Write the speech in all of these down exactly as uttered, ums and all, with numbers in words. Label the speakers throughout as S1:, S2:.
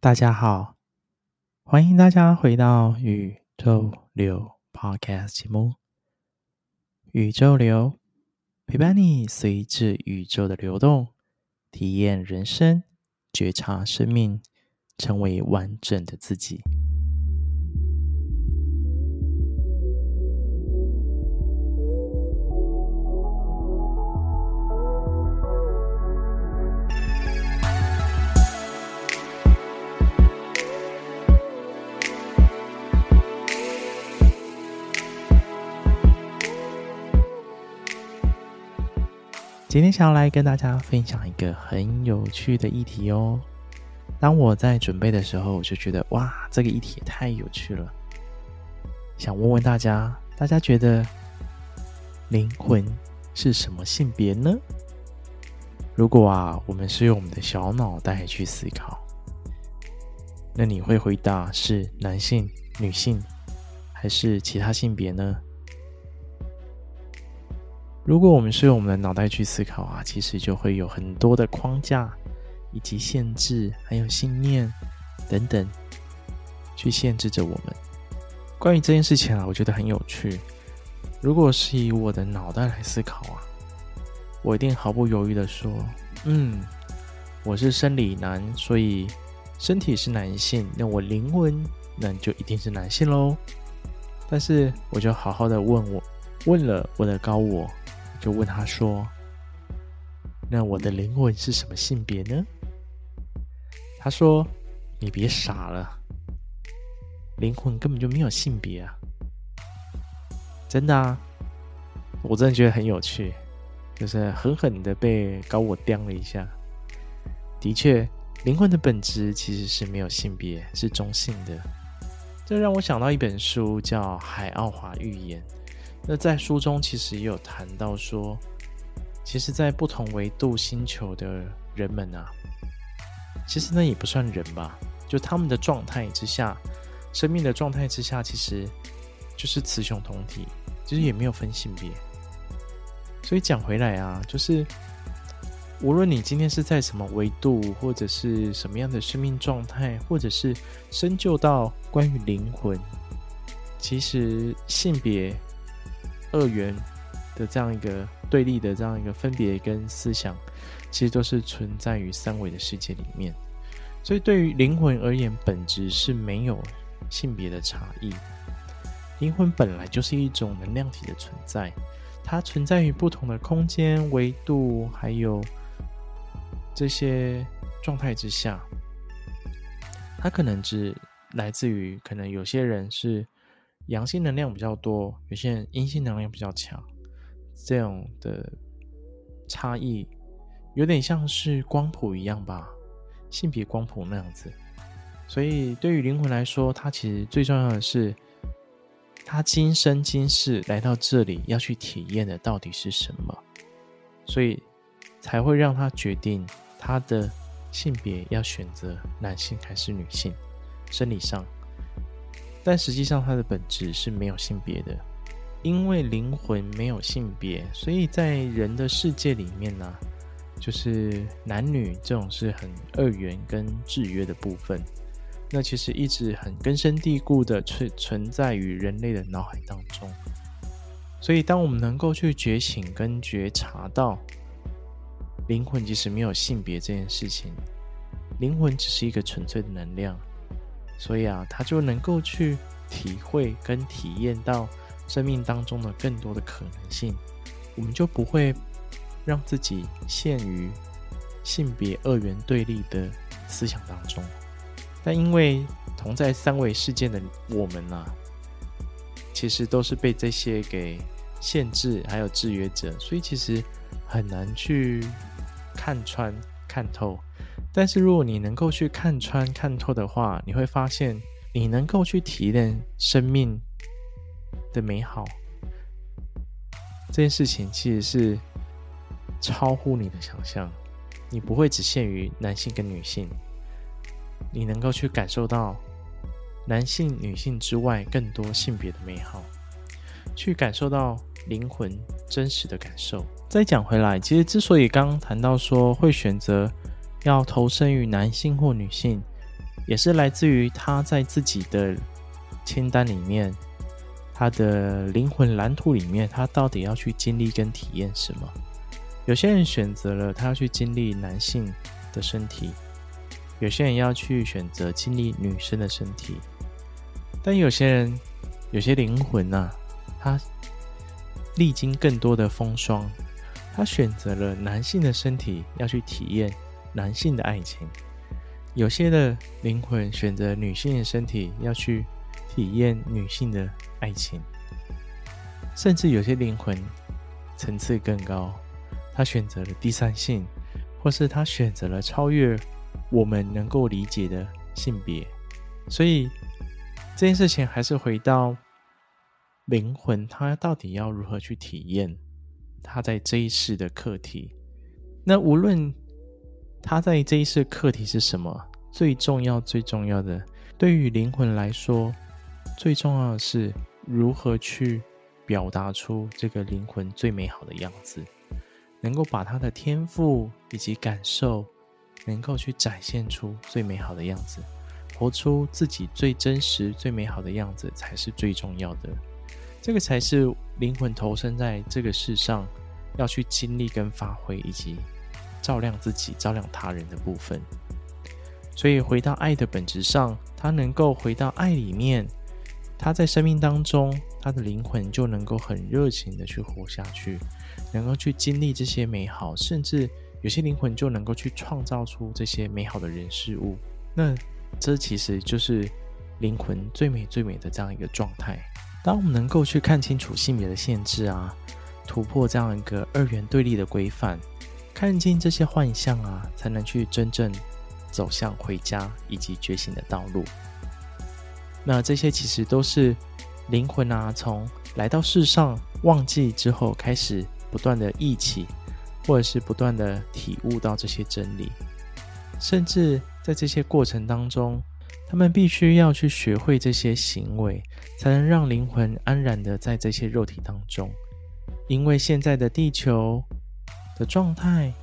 S1: 大家好，欢迎大家回到宇宙流 Podcast 节目。宇宙流陪伴你随着宇宙的流动，体验人生，觉察生命，成为完整的自己。今天想要来跟大家分享一个很有趣的议题哦。当我在准备的时候，我就觉得哇，这个议题也太有趣了。想问问大家，大家觉得灵魂是什么性别呢？如果啊，我们是用我们的小脑袋去思考，那你会回答是男性、女性，还是其他性别呢？如果我们是用我们的脑袋去思考啊，其实就会有很多的框架以及限制，还有信念等等去限制着我们。关于这件事情啊，我觉得很有趣。如果是以我的脑袋来思考啊，我一定毫不犹豫的说，嗯，我是生理男，所以身体是男性，那我灵魂那就一定是男性咯。但是我就好好的问我问了我的高我，就问他说，那我的灵魂是什么性别呢？他说，你别傻了，灵魂根本就没有性别啊。真的啊，我真的觉得很有趣，就是狠狠的被高我刁了一下。的确，灵魂的本质其实是没有性别，是中性的。这让我想到一本书叫《海奥华预言》。那在书中其实也有谈到说，其实在不同维度星球的人们啊，其实那也不算人吧，就他们的状态之下，生命的状态之下，其实就是雌雄同体，就是也没有分性别。所以讲回来啊，就是无论你今天是在什么维度，或者是什么样的生命状态，或者是深究到关于灵魂，其实性别二元的这样一个对立的这样一个分别跟思想，其实都是存在于三维的世界里面。所以对于灵魂而言，本质是没有性别的差异。灵魂本来就是一种能量体的存在，它存在于不同的空间维度，还有这些状态之下，它可能是来自于，可能有些人是阳性能量比较多，有些人阴性能量比较强，这种的差异有点像是光谱一样吧，性别光谱那样子。所以对于灵魂来说，它其实最重要的是，它今生今世来到这里要去体验的到底是什么，所以才会让他决定他的性别要选择男性还是女性，生理上。但实际上它的本质是没有性别的，因为灵魂没有性别，所以在人的世界里面呢、啊，就是男女这种是很二元跟制约的部分，那其实一直很根深蒂固的存在于人类的脑海当中。所以当我们能够去觉醒跟觉察到灵魂其实没有性别这件事情，灵魂只是一个纯粹的能量，所以啊，他就能够去体会跟体验到生命当中的更多的可能性，我们就不会让自己陷于性别二元对立的思想当中。但因为同在三维世界的我们啊，其实都是被这些给限制还有制约者，所以其实很难去看穿看透。但是如果你能够去看穿看透的话，你会发现你能够去体验生命的美好，这件事情其实是超乎你的想象。你不会只限于男性跟女性，你能够去感受到男性女性之外更多性别的美好，去感受到灵魂真实的感受。再讲回来，其实之所以刚刚谈到说会选择要投身于男性或女性， 也是来自于他在自己的清单里面，他的灵魂蓝图里面，他到底要去经历跟体验什么。有些人选择了他要去经历男性的身体，有些人要去选择经历女生的身体，但有些人有些灵魂啊，他历经更多的风霜，他选择了男性的身体要去体验男性的爱情，有些的灵魂选择女性的身体要去体验女性的爱情，甚至有些灵魂层次更高，他选择了第三性，或是他选择了超越我们能够理解的性别。所以这件事情还是回到灵魂他到底要如何去体验他在这一世的课题。那无论他在这一世的课题是什么，最重要最重要的，对于灵魂来说，最重要的是如何去表达出这个灵魂最美好的样子，能够把他的天赋以及感受能够去展现出最美好的样子，活出自己最真实最美好的样子才是最重要的。这个才是灵魂投身在这个世上要去经历跟发挥，以及照亮自己照亮他人的部分。所以回到爱的本质上，他能够回到爱里面，他在生命当中他的灵魂就能够很热情的去活下去，能够去经历这些美好，甚至有些灵魂就能够去创造出这些美好的人事物。那这其实就是灵魂最美最美的这样一个状态。当我们能够去看清楚性别的限制啊，突破这样一个二元对立的规范，看清这些幻象啊，才能去真正走向回家以及觉醒的道路。那这些其实都是灵魂啊，从来到世上忘记之后，开始不断的忆起，或者是不断的体悟到这些真理，甚至在这些过程当中，他们必须要去学会这些行为，才能让灵魂安然的在这些肉体当中。因为现在的地球的状态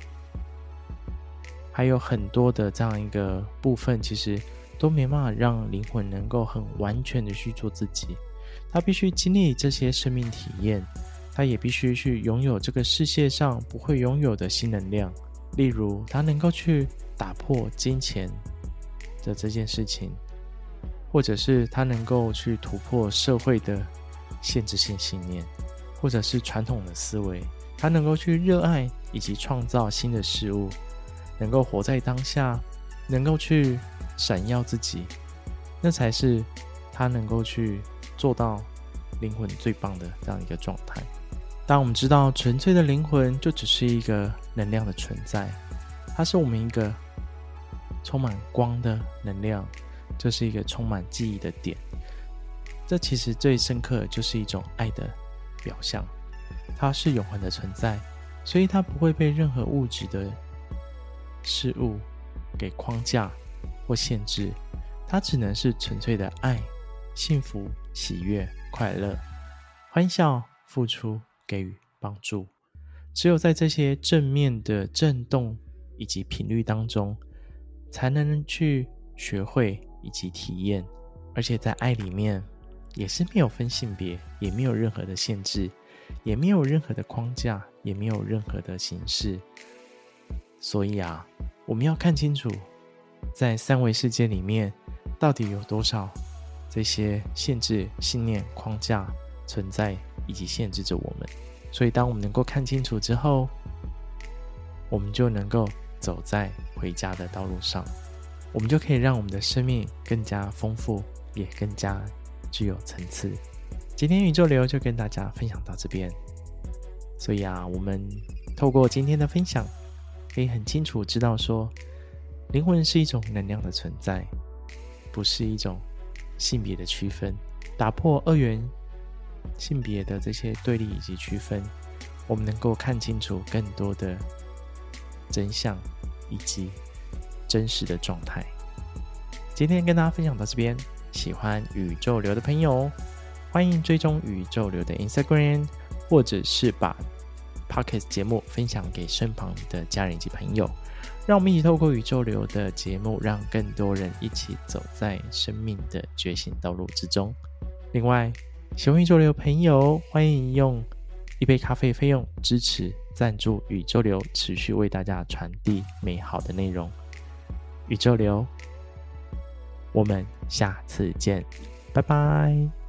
S1: 还有很多的这样一个部分，其实都没办法让灵魂能够很完全的去做自己。他必须经历这些生命体验，他也必须去拥有这个世界上不会拥有的新能量，例如他能够去打破金钱的这件事情，或者是他能够去突破社会的限制性信念，或者是传统的思维，他能够去热爱以及创造新的事物，能够活在当下，能够去闪耀自己，那才是他能够去做到灵魂最棒的这样一个状态。当我们知道纯粹的灵魂就只是一个能量的存在，它是我们一个充满光的能量，这是一个充满记忆的点，这其实最深刻的就是一种爱的表象。它是永恒的存在，所以它不会被任何物质的事物给框架或限制，它只能是纯粹的爱、幸福、喜悦、快乐、欢笑、付出、给予、帮助。只有在这些正面的震动以及频率当中，才能去学会以及体验。而且在爱里面也是没有分性别，也没有任何的限制，也没有任何的框架，也没有任何的形式。所以啊，我们要看清楚在三维世界里面到底有多少这些限制、信念、框架存在以及限制着我们。所以当我们能够看清楚之后，我们就能够走在回家的道路上，我们就可以让我们的生命更加丰富，也更加具有层次。今天宇宙流就跟大家分享到这边。所以啊，我们透过今天的分享，可以很清楚知道说，灵魂是一种能量的存在，不是一种性别的区分。打破二元性别的这些对立以及区分，我们能够看清楚更多的真相以及真实的状态。今天跟大家分享到这边，喜欢宇宙流的朋友欢迎追踪宇宙流的 Instagram， 或者是把 Podcast 节目分享给身旁的家人以及朋友，让我们一起透过宇宙流的节目，让更多人一起走在生命的觉醒道路之中。另外，喜欢宇宙流的朋友，欢迎用一杯咖啡费用支持赞助宇宙流，持续为大家传递美好的内容。宇宙流，我们下次见，拜拜。